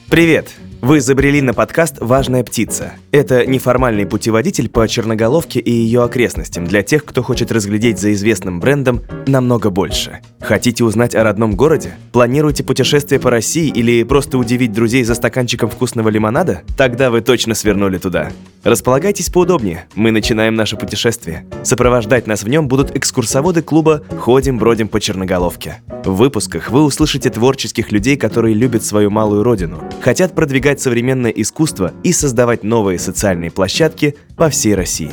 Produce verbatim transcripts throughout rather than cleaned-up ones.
Привет! Вы забрели на подкаст «Важная птица». Это неформальный путеводитель по Черноголовке и ее окрестностям для тех, кто хочет разглядеть за известным брендом намного больше. Хотите узнать о родном городе? Планируете путешествие по России или просто удивить друзей за стаканчиком вкусного лимонада? Тогда вы точно свернули туда. Располагайтесь поудобнее, мы начинаем наше путешествие. Сопровождать нас в нем будут экскурсоводы клуба «Ходим-бродим по Черноголовке». В выпусках вы услышите творческих людей, которые любят свою малую родину, хотят продвигать современное искусство и создавать новые социальные площадки по всей России.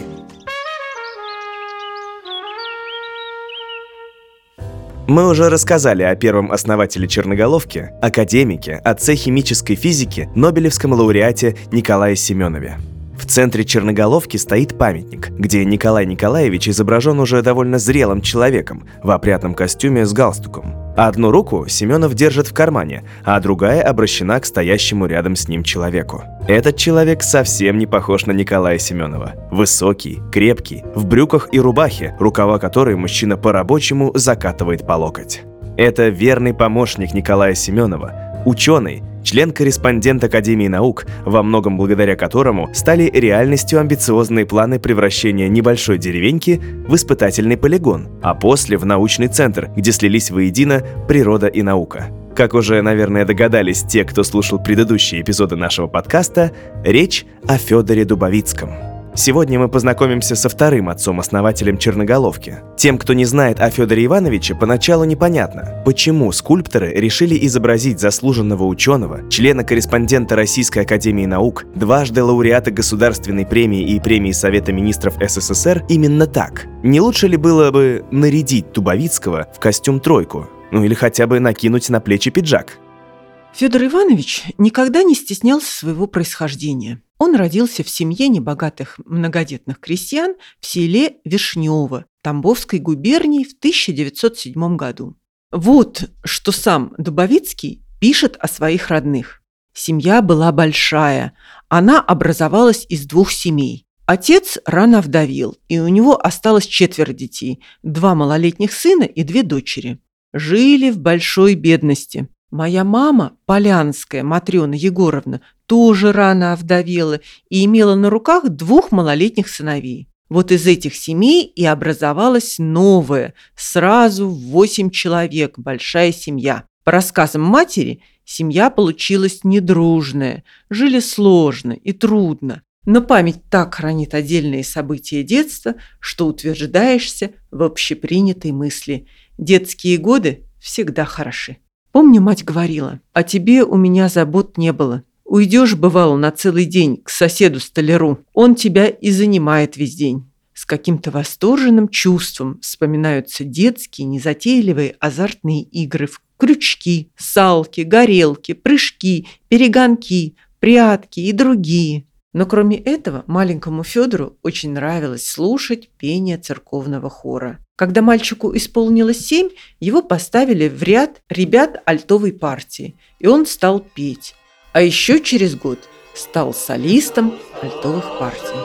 Мы уже рассказали о первом основателе Черноголовки, академике, отце химической физики, нобелевском лауреате Николае Семенове. В центре Черноголовки стоит памятник, где Николай Николаевич изображен уже довольно зрелым человеком в опрятном костюме с галстуком. Одну руку Семенов держит в кармане, а другая обращена к стоящему рядом с ним человеку. Этот человек совсем не похож на Николая Семенова. Высокий, крепкий, в брюках и рубахе, рукава которой мужчина по-рабочему закатывает по локоть. Это верный помощник Николая Семенова, ученый, член-корреспондент Академии наук, во многом благодаря которому стали реальностью амбициозные планы превращения небольшой деревеньки в испытательный полигон, а после в научный центр, где слились воедино природа и наука. Как уже, наверное, догадались те, кто слушал предыдущие эпизоды нашего подкаста, речь о Федоре Дубовицком. Сегодня мы познакомимся со вторым отцом-основателем Черноголовки. Тем, кто не знает о Федоре Ивановиче, поначалу непонятно, почему скульпторы решили изобразить заслуженного ученого, члена-корреспондента Российской академии наук, дважды лауреата Государственной премии и премии Совета министров СССР именно так. Не лучше ли было бы нарядить Дубовицкого в костюм-тройку? Ну или хотя бы накинуть на плечи пиджак? Федор Иванович никогда не стеснялся своего происхождения. Он родился в семье небогатых многодетных крестьян в селе Вишнево Тамбовской губернии в тысяча девятьсот седьмом году. Вот что сам Дубовицкий пишет о своих родных. Семья была большая, она образовалась из двух семей. Отец рано овдовел, и у него осталось четверо детей, два малолетних сына и две дочери. Жили в большой бедности. Моя мама, Полянская Матрена Егоровна, тоже рано овдовела и имела на руках двух малолетних сыновей. Вот из этих семей и образовалась новая, сразу восемь человек, большая семья. По рассказам матери, семья получилась недружная, жили сложно и трудно. Но память так хранит отдельные события детства, что утверждаешься в общепринятой мысли. Детские годы всегда хороши. Помню, мать говорила: «О тебе у меня забот не было. Уйдешь, бывало, на целый день к соседу-столяру. Он тебя и занимает весь день». С каким-то восторженным чувством вспоминаются детские, незатейливые азартные игры в крючки, салки, горелки, прыжки, перегонки, прятки и другие. Но кроме этого, маленькому Федору очень нравилось слушать пение церковного хора. Когда мальчику исполнилось семь, его поставили в ряд ребят альтовой партии, и он стал петь. А еще через год стал солистом альтовых партий.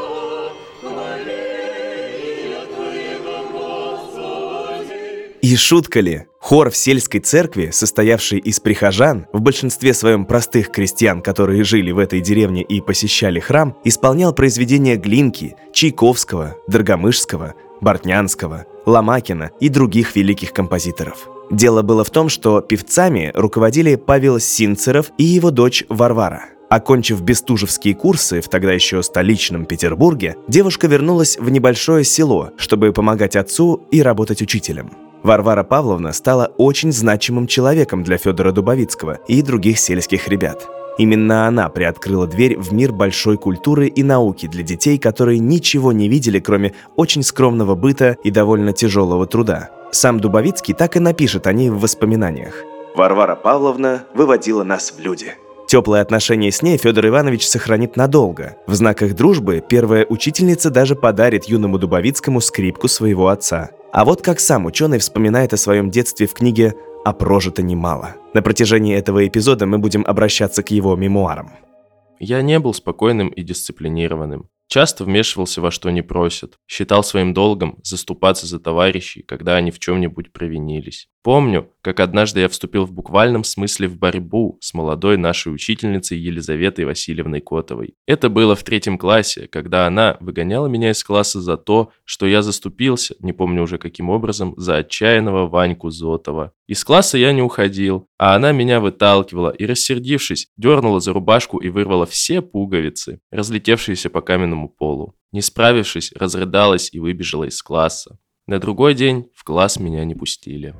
И шутка ли? Хор в сельской церкви, состоявший из прихожан, в большинстве своем простых крестьян, которые жили в этой деревне и посещали храм, исполнял произведения Глинки, Чайковского, Драгомышского, Бортнянского, Ломакина и других великих композиторов. Дело было в том, что певцами руководили Павел Синцеров и его дочь Варвара. Окончив бестужевские курсы в тогда еще столичном Петербурге, девушка вернулась в небольшое село, чтобы помогать отцу и работать учителем. Варвара Павловна стала очень значимым человеком для Федора Дубовицкого и других сельских ребят. Именно она приоткрыла дверь в мир большой культуры и науки для детей, которые ничего не видели, кроме очень скромного быта и довольно тяжелого труда. Сам Дубовицкий так и напишет о ней в воспоминаниях. «Варвара Павловна выводила нас в люди». Теплые отношения с ней Федор Иванович сохранит надолго. В знаках дружбы первая учительница даже подарит юному Дубовицкому скрипку своего отца. А вот как сам ученый вспоминает о своем детстве в книге «А прожито немало». На протяжении этого эпизода мы будем обращаться к его мемуарам. Я не был спокойным и дисциплинированным. Часто вмешивался во что не просят. Считал своим долгом заступаться за товарищей, когда они в чем-нибудь провинились. Помню, как однажды я вступил в буквальном смысле в борьбу с молодой нашей учительницей Елизаветой Васильевной Котовой. Это было в третьем классе, когда она выгоняла меня из класса за то, что я заступился, не помню уже каким образом, за отчаянного Ваньку Зотова. Из класса я не уходил, а она меня выталкивала и, рассердившись, дернула за рубашку и вырвала все пуговицы, разлетевшиеся по каменному полу. Не справившись, разрыдалась и выбежала из класса. На другой день в класс меня не пустили.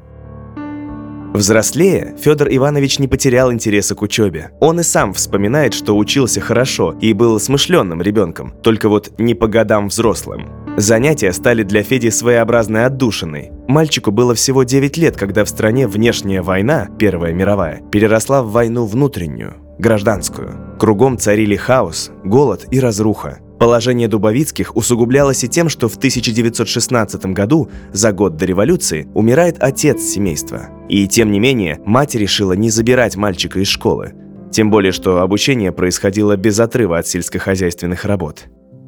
Взрослея, Федор Иванович не потерял интереса к учебе. Он и сам вспоминает, что учился хорошо и был смышленным ребенком, только вот не по годам взрослым. Занятия стали для Феди своеобразной отдушиной. Мальчику было всего девять лет, когда в стране внешняя война, Первая мировая, переросла в войну внутреннюю, гражданскую. Кругом царили хаос, голод и разруха. Положение Дубовицких усугублялось и тем, что в тысяча девятьсот шестнадцатом году, за год до революции, умирает отец семейства. И тем не менее, мать решила не забирать мальчика из школы. Тем более, что обучение происходило без отрыва от сельскохозяйственных работ.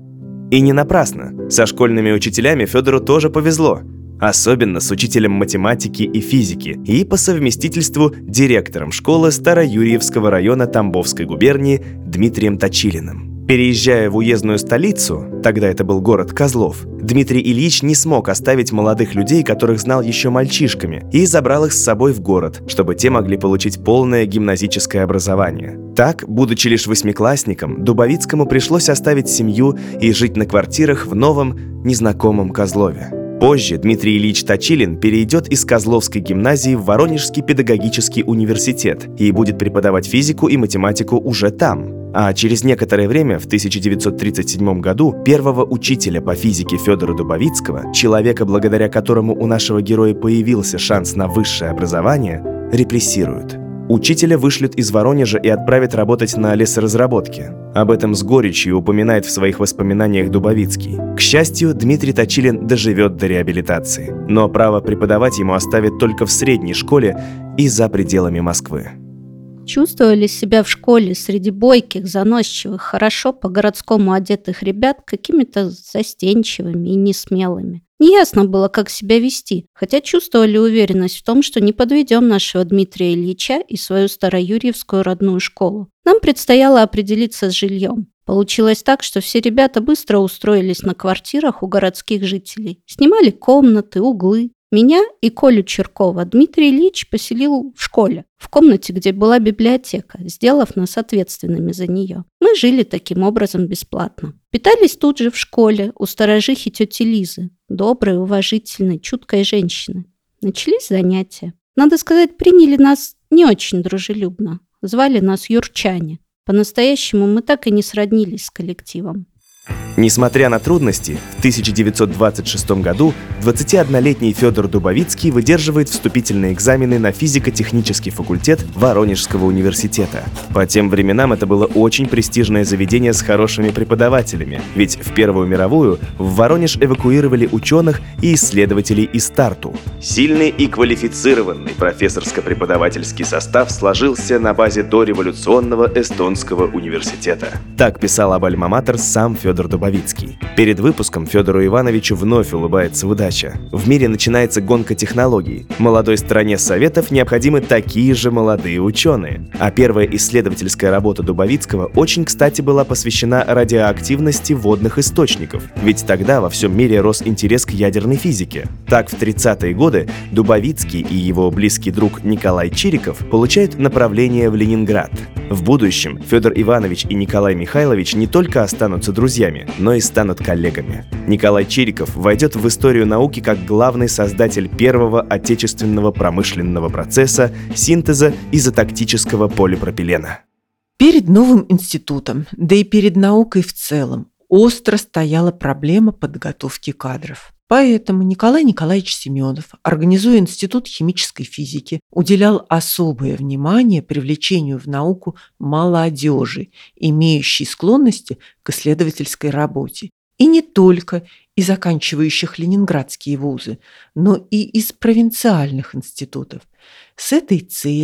И не напрасно. Со школьными учителями Федору тоже повезло. Особенно с учителем математики и физики и по совместительству директором школы Староюрьевского района Тамбовской губернии Дмитрием Точилиным. Переезжая в уездную столицу, тогда это был город Козлов, Дмитрий Ильич не смог оставить молодых людей, которых знал еще мальчишками, и забрал их с собой в город, чтобы те могли получить полное гимназическое образование. Так, будучи лишь восьмиклассником, Дубовицкому пришлось оставить семью и жить на квартирах в новом, незнакомом Козлове. Позже Дмитрий Ильич Точилин перейдет из Козловской гимназии в Воронежский педагогический университет и будет преподавать физику и математику уже там. А через некоторое время, в тысяча девятьсот тридцать седьмом году, первого учителя по физике Федора Дубовицкого, человека, благодаря которому у нашего героя появился шанс на высшее образование, репрессируют. Учителя вышлют из Воронежа и отправят работать на лесоразработке. Об этом с горечью упоминает в своих воспоминаниях Дубовицкий. К счастью, Дмитрий Точилин доживет до реабилитации, но право преподавать ему оставят только в средней школе и за пределами Москвы. Чувствовали себя в школе среди бойких, заносчивых, хорошо по-городскому одетых ребят какими-то застенчивыми и несмелыми. Неясно было, как себя вести, хотя чувствовали уверенность в том, что не подведем нашего Дмитрия Ильича и свою Староюрьевскую родную школу. Нам предстояло определиться с жильем. Получилось так, что все ребята быстро устроились на квартирах у городских жителей, снимали комнаты, углы. Меня и Колю Черкова Дмитрий Ильич поселил в школе, в комнате, где была библиотека, сделав нас ответственными за нее. Мы жили таким образом бесплатно. Питались тут же в школе у сторожихи тети Лизы, доброй, уважительной, чуткой женщины. Начались занятия. Надо сказать, приняли нас не очень дружелюбно. Звали нас Юрчане. По-настоящему мы так и не сроднились с коллективом. Несмотря на трудности, в тысяча девятьсот двадцать шестом году двадцатиоднолетний Федор Дубовицкий выдерживает вступительные экзамены на физико-технический факультет Воронежского университета. По тем временам это было очень престижное заведение с хорошими преподавателями, ведь в Первую мировую в Воронеж эвакуировали ученых и исследователей из Тарту. Сильный и квалифицированный профессорско-преподавательский состав сложился на базе дореволюционного Эстонского университета. Так писал об альма-матер сам Федор Дубовицкий. Перед выпуском Федору Ивановичу вновь улыбается удача. В мире начинается гонка технологий. Молодой стране Советов необходимы такие же молодые ученые. А первая исследовательская работа Дубовицкого очень кстати была посвящена радиоактивности водных источников, ведь тогда во всем мире рос интерес к ядерной физике. Так, в тридцатые годы Дубовицкий и его близкий друг Николай Чириков получают направление в Ленинград. В будущем Федор Иванович и Николай Михайлович не только останутся друзьями, но и станут коллегами. Николай Чириков войдет в историю науки как главный создатель первого отечественного промышленного процесса синтеза изотактического полипропилена. Перед новым институтом, да и перед наукой в целом, остро стояла проблема подготовки кадров. Поэтому Николай Николаевич Семенов, организуя Институт химической физики, уделял особое внимание привлечению в науку молодежи, имеющей склонности к исследовательской работе. И не только из оканчивающих ленинградские вузы, но и из провинциальных институтов. С этой целью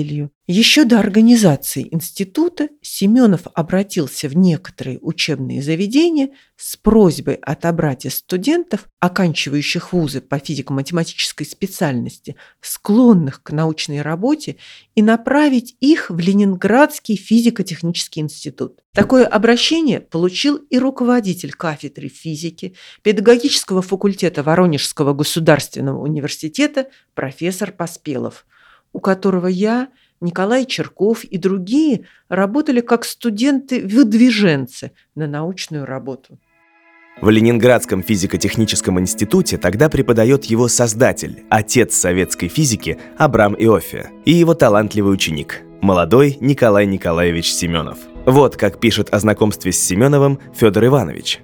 Еще до организации института Семенов обратился в некоторые учебные заведения с просьбой отобрать из студентов, оканчивающих вузы по физико-математической специальности, склонных к научной работе, и направить их в Ленинградский физико-технический институт. Такое обращение получил и руководитель кафедры физики педагогического факультета Воронежского государственного университета профессор Поспелов, у которого я, Николай Черков и другие работали как студенты-выдвиженцы на научную работу. В Ленинградском физико-техническом институте тогда преподает его создатель, отец советской физики Абрам Иоффе, и его талантливый ученик, молодой Николай Николаевич Семенов. Вот как пишет о знакомстве с Семеновым Федор Иванович.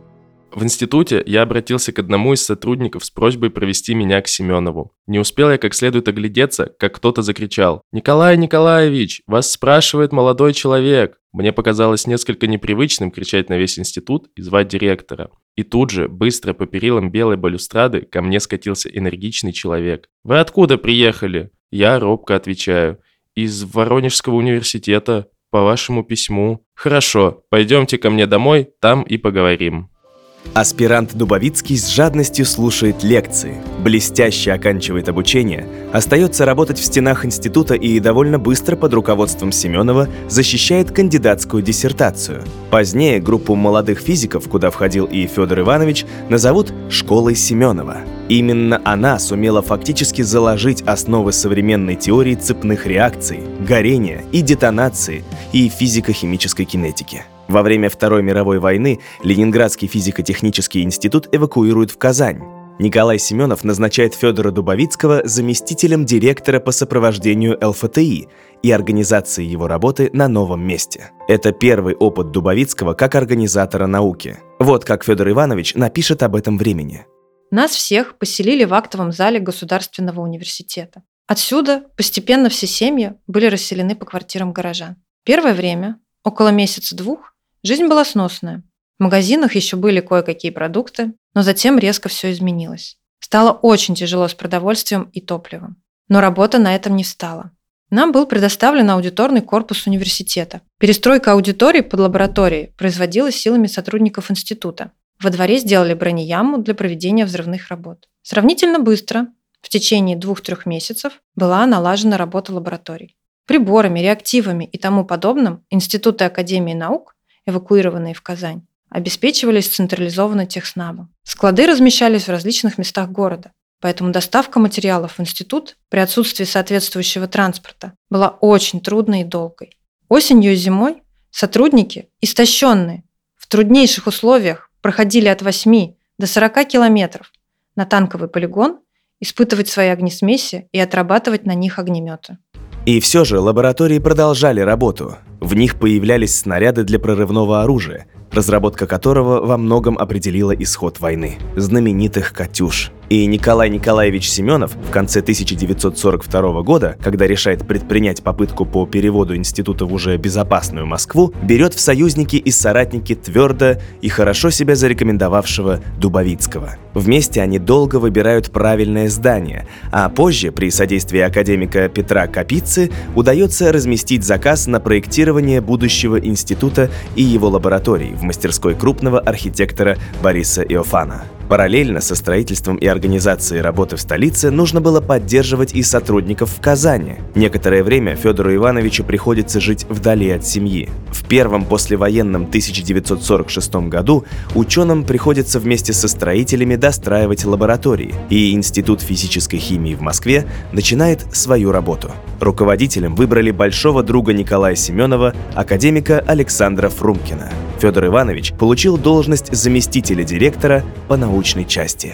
В институте я обратился к одному из сотрудников с просьбой провести меня к Семенову. Не успел я как следует оглядеться, как кто-то закричал: «Николай Николаевич, вас спрашивает молодой человек!» Мне показалось несколько непривычным кричать на весь институт и звать директора. И тут же, быстро по перилам белой балюстрады, ко мне скатился энергичный человек. «Вы откуда приехали?» Я робко отвечаю: «Из Воронежского университета, по вашему письму». «Хорошо, пойдемте ко мне домой, там и поговорим». Аспирант Дубовицкий с жадностью слушает лекции, блестяще оканчивает обучение, остается работать в стенах института и довольно быстро под руководством Семенова защищает кандидатскую диссертацию. Позднее группу молодых физиков, куда входил и Федор Иванович, назовут «Школой Семенова». Именно она сумела фактически заложить основы современной теории цепных реакций, горения и детонации и физико-химической кинетики. Во время Второй мировой войны Ленинградский физико-технический институт эвакуируют в Казань. Николай Семенов назначает Федора Дубовицкого заместителем директора по сопровождению эл эф тэ и и организации его работы на новом месте. Это первый опыт Дубовицкого как организатора науки. Вот как Федор Иванович напишет об этом времени. Нас всех поселили в актовом зале Государственного университета. Отсюда постепенно все семьи были расселены по квартирам горожан. Первое время, около месяца-двух, жизнь была сносная. В магазинах еще были кое-какие продукты, но затем резко все изменилось. Стало очень тяжело с продовольствием и топливом. Но работа на этом не встала. Нам был предоставлен аудиторный корпус университета. Перестройка аудитории под лабораторией производилась силами сотрудников института. Во дворе сделали бронеяму для проведения взрывных работ. Сравнительно быстро, в течение двух-трех месяцев, была налажена работа лабораторий. Приборами, реактивами и тому подобным институты Академии наук, эвакуированные в Казань, обеспечивались централизованно техснабом. Склады размещались в различных местах города, поэтому доставка материалов в институт при отсутствии соответствующего транспорта была очень трудной и долгой. Осенью и зимой сотрудники, истощенные, в труднейших условиях проходили от восьми до сорока километров на танковый полигон, испытывать свои огнесмеси и отрабатывать на них огнеметы. И все же лаборатории продолжали работу. В них появлялись снаряды для прорывного оружия, разработка которого во многом определила исход войны – знаменитых «Катюш». И Николай Николаевич Семенов в конце тысяча девятьсот сорок второго года, когда решает предпринять попытку по переводу института в уже безопасную Москву, берет в союзники и соратники твердо и хорошо себя зарекомендовавшего Дубовицкого. Вместе они долго выбирают правильное здание, а позже, при содействии академика Петра Капицы, удается разместить заказ на проектирование будущего института и его лабораторий в мастерской крупного архитектора Бориса Иофана. Параллельно со строительством и организацией работы в столице нужно было поддерживать и сотрудников в Казани. Некоторое время Федору Ивановичу приходится жить вдали от семьи. В первом послевоенном тысяча девятьсот сорок шестом году ученым приходится вместе со строителями достраивать лаборатории, и Институт физической химии в Москве начинает свою работу. Руководителем выбрали большого друга Николая Семенова, академика Александра Фрумкина. Федор Иванович получил должность заместителя директора по научной части.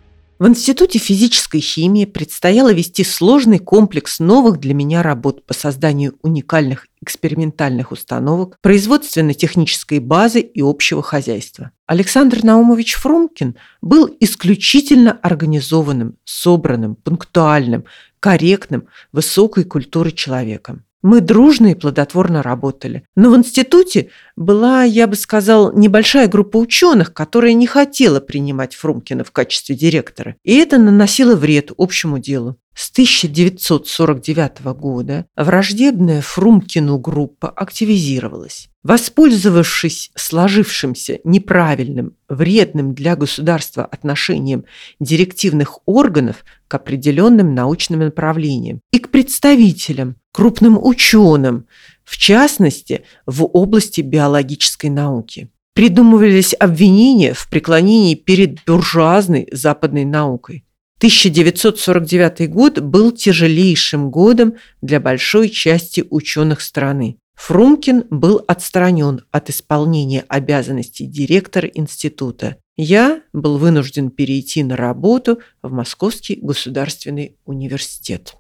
В Институте физической химии предстояло вести сложный комплекс новых для меня работ по созданию уникальных экспериментальных установок, производственно-технической базы и общего хозяйства. Александр Наумович Фрумкин был исключительно организованным, собранным, пунктуальным, корректным, высокой культуры человеком. Мы дружно и плодотворно работали. Но в институте была, я бы сказал, небольшая группа ученых, которая не хотела принимать Фрумкина в качестве директора. И это наносило вред общему делу. С тысяча девятьсот сорок девятого года враждебная Фрумкину группа активизировалась. Воспользовавшись сложившимся неправильным, вредным для государства отношением директивных органов к определенным научным направлениям и к представителям, крупным ученым, в частности, в области биологической науки. Придумывались обвинения в преклонении перед буржуазной западной наукой. тысяча девятьсот сорок девятый год был тяжелейшим годом для большой части ученых страны. Фрумкин был отстранен от исполнения обязанностей директора института. Я был вынужден перейти на работу в Московский государственный университет.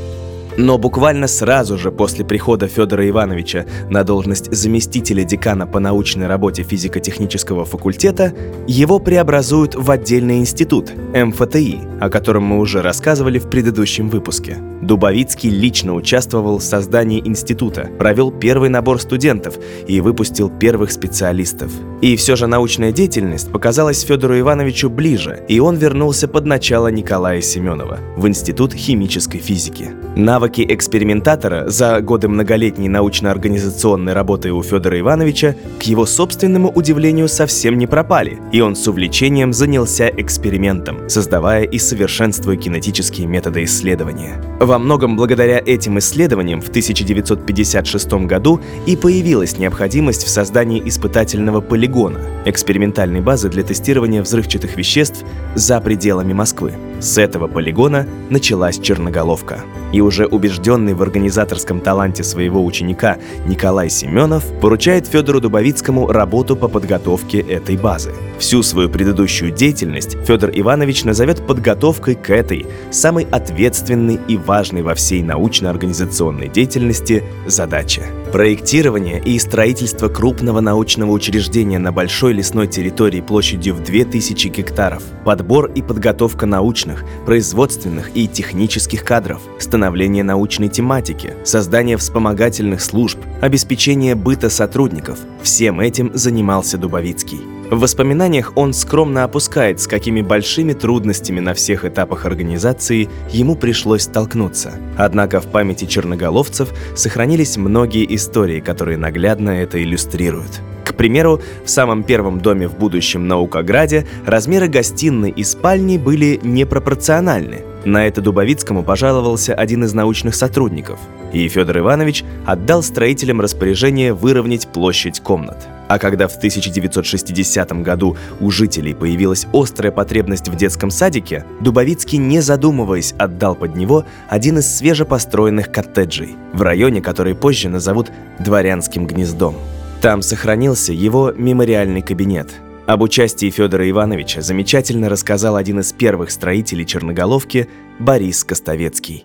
Но буквально сразу же после прихода Федора Ивановича на должность заместителя декана по научной работе физико-технического факультета его преобразуют в отдельный институт – эм эф тэ и, о котором мы уже рассказывали в предыдущем выпуске. Дубовицкий лично участвовал в создании института, провел первый набор студентов и выпустил первых специалистов. И все же научная деятельность показалась Федору Ивановичу ближе, и он вернулся под начало Николая Семенова в Институт химической физики. Навыки экспериментатора за годы многолетней научно-организационной работы у Федора Ивановича, к его собственному удивлению, совсем не пропали, и он с увлечением занялся экспериментом, создавая и совершенствуя кинетические методы исследования. Во многом благодаря этим исследованиям в тысяча девятьсот пятьдесят шестом году и появилась необходимость в создании испытательного полигона, экспериментальной базы для тестирования взрывчатых веществ за пределами Москвы. С этого полигона началась Черноголовка. И уже убежденный в организаторском таланте своего ученика Николай Семенов поручает Федору Дубовицкому работу по подготовке этой базы. Всю свою предыдущую деятельность Федор Иванович назовет подготовкой к этой, самой ответственной и важной во всей научно-организационной деятельности задаче. Проектирование и строительство крупного научного учреждения на большой лесной территории площадью в две тысячи гектаров, подбор и подготовка научных, производственных и технических кадров, становление научной тематики, создание вспомогательных служб, обеспечение быта сотрудников – всем этим занимался Дубовицкий. В воспоминаниях он скромно опускает, с какими большими трудностями на всех этапах организации ему пришлось столкнуться. Однако в памяти черноголовцев сохранились многие истории, которые наглядно это иллюстрируют. К примеру, в самом первом доме в будущем Наукограде размеры гостиной и спальни были непропорциональны. На это Дубовицкому пожаловался один из научных сотрудников, и Федор Иванович отдал строителям распоряжение выровнять площадь комнат. А когда в тысяча девятьсот шестидесятом году у жителей появилась острая потребность в детском садике, Дубовицкий, не задумываясь, отдал под него один из свежепостроенных коттеджей в районе, который позже назовут «Дворянским гнездом». Там сохранился его мемориальный кабинет. Об участии Федора Ивановича замечательно рассказал один из первых строителей Черноголовки Борис Костовецкий.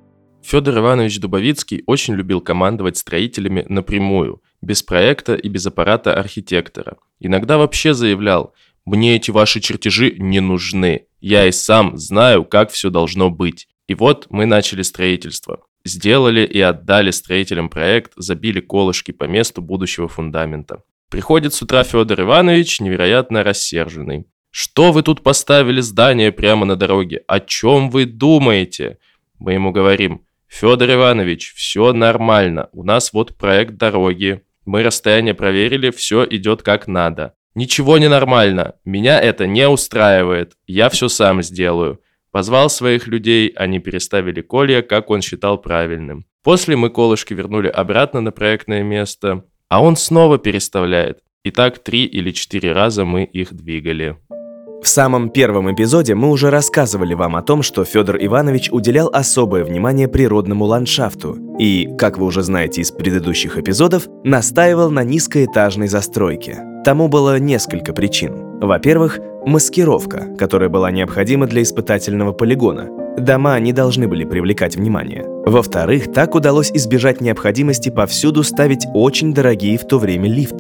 Федор Иванович Дубовицкий очень любил командовать строителями напрямую, без проекта и без аппарата архитектора. Иногда вообще заявлял: «Мне эти ваши чертежи не нужны, я и сам знаю, как все должно быть». И вот мы начали строительство. Сделали и отдали строителям проект, забили колышки по месту будущего фундамента. Приходит с утра Федор Иванович, невероятно рассерженный. «Что вы тут поставили здание прямо на дороге? О чем вы думаете?» Мы ему говорим: «Федор Иванович, все нормально, у нас вот проект дороги. Мы расстояние проверили, все идет как надо». «Ничего не нормально, меня это не устраивает, я все сам сделаю». Позвал своих людей, они переставили колья, как он считал правильным. После мы колышки вернули обратно на проектное место, а он снова переставляет. И так три или четыре раза мы их двигали. В самом первом эпизоде мы уже рассказывали вам о том, что Федор Иванович уделял особое внимание природному ландшафту и, как вы уже знаете из предыдущих эпизодов, настаивал на низкоэтажной застройке. Тому было несколько причин. Во-первых, маскировка, которая была необходима для испытательного полигона. Дома не должны были привлекать внимание. Во-вторых, так удалось избежать необходимости повсюду ставить очень дорогие в то время лифты.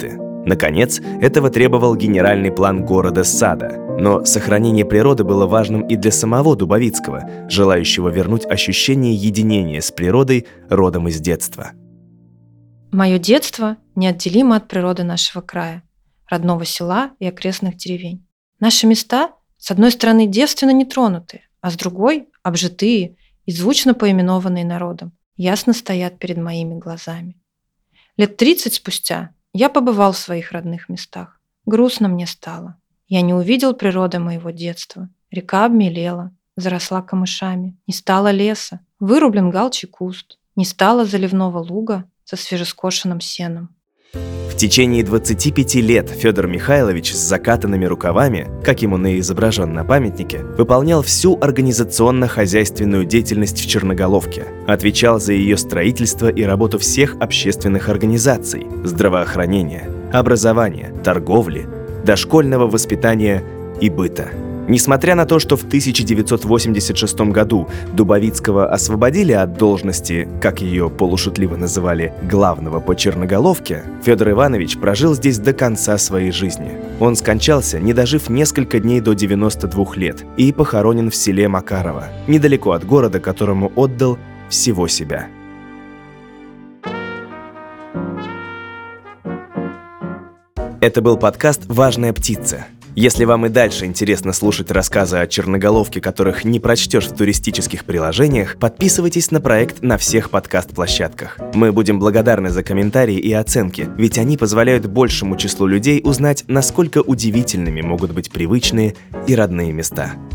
Наконец, этого требовал генеральный план города-сада. Но сохранение природы было важным и для самого Дубовицкого, желающего вернуть ощущение единения с природой родом из детства. Мое детство неотделимо от природы нашего края, родного села и окрестных деревень. Наши места, с одной стороны, девственно нетронутые, а с другой – обжитые и звучно поименованные народом, ясно стоят перед моими глазами. Лет тридцать спустя я побывал в своих родных местах. Грустно мне стало. Я не увидел природы моего детства. Река обмелела, заросла камышами, не стало леса, вырублен галчий куст, не стало заливного луга со свежескошенным сеном. В течение двадцати пяти лет Федор Михайлович с закатанными рукавами, как ему изображен на памятнике, выполнял всю организационно-хозяйственную деятельность в Черноголовке, отвечал за ее строительство и работу всех общественных организаций, здравоохранения, образования, торговли, дошкольного воспитания и быта. Несмотря на то, что в тысяча девятьсот восемьдесят шестом году Дубовицкого освободили от должности, как ее полушутливо называли, главного по Черноголовке, Федор Иванович прожил здесь до конца своей жизни. Он скончался, не дожив несколько дней до девяноста двух лет, и похоронен в селе Макарово, недалеко от города, которому отдал всего себя. Это был подкаст «Важная птица». Если вам и дальше интересно слушать рассказы о Черноголовке, которых не прочтешь в туристических приложениях, подписывайтесь на проект на всех подкаст-площадках. Мы будем благодарны за комментарии и оценки, ведь они позволяют большему числу людей узнать, насколько удивительными могут быть привычные и родные места.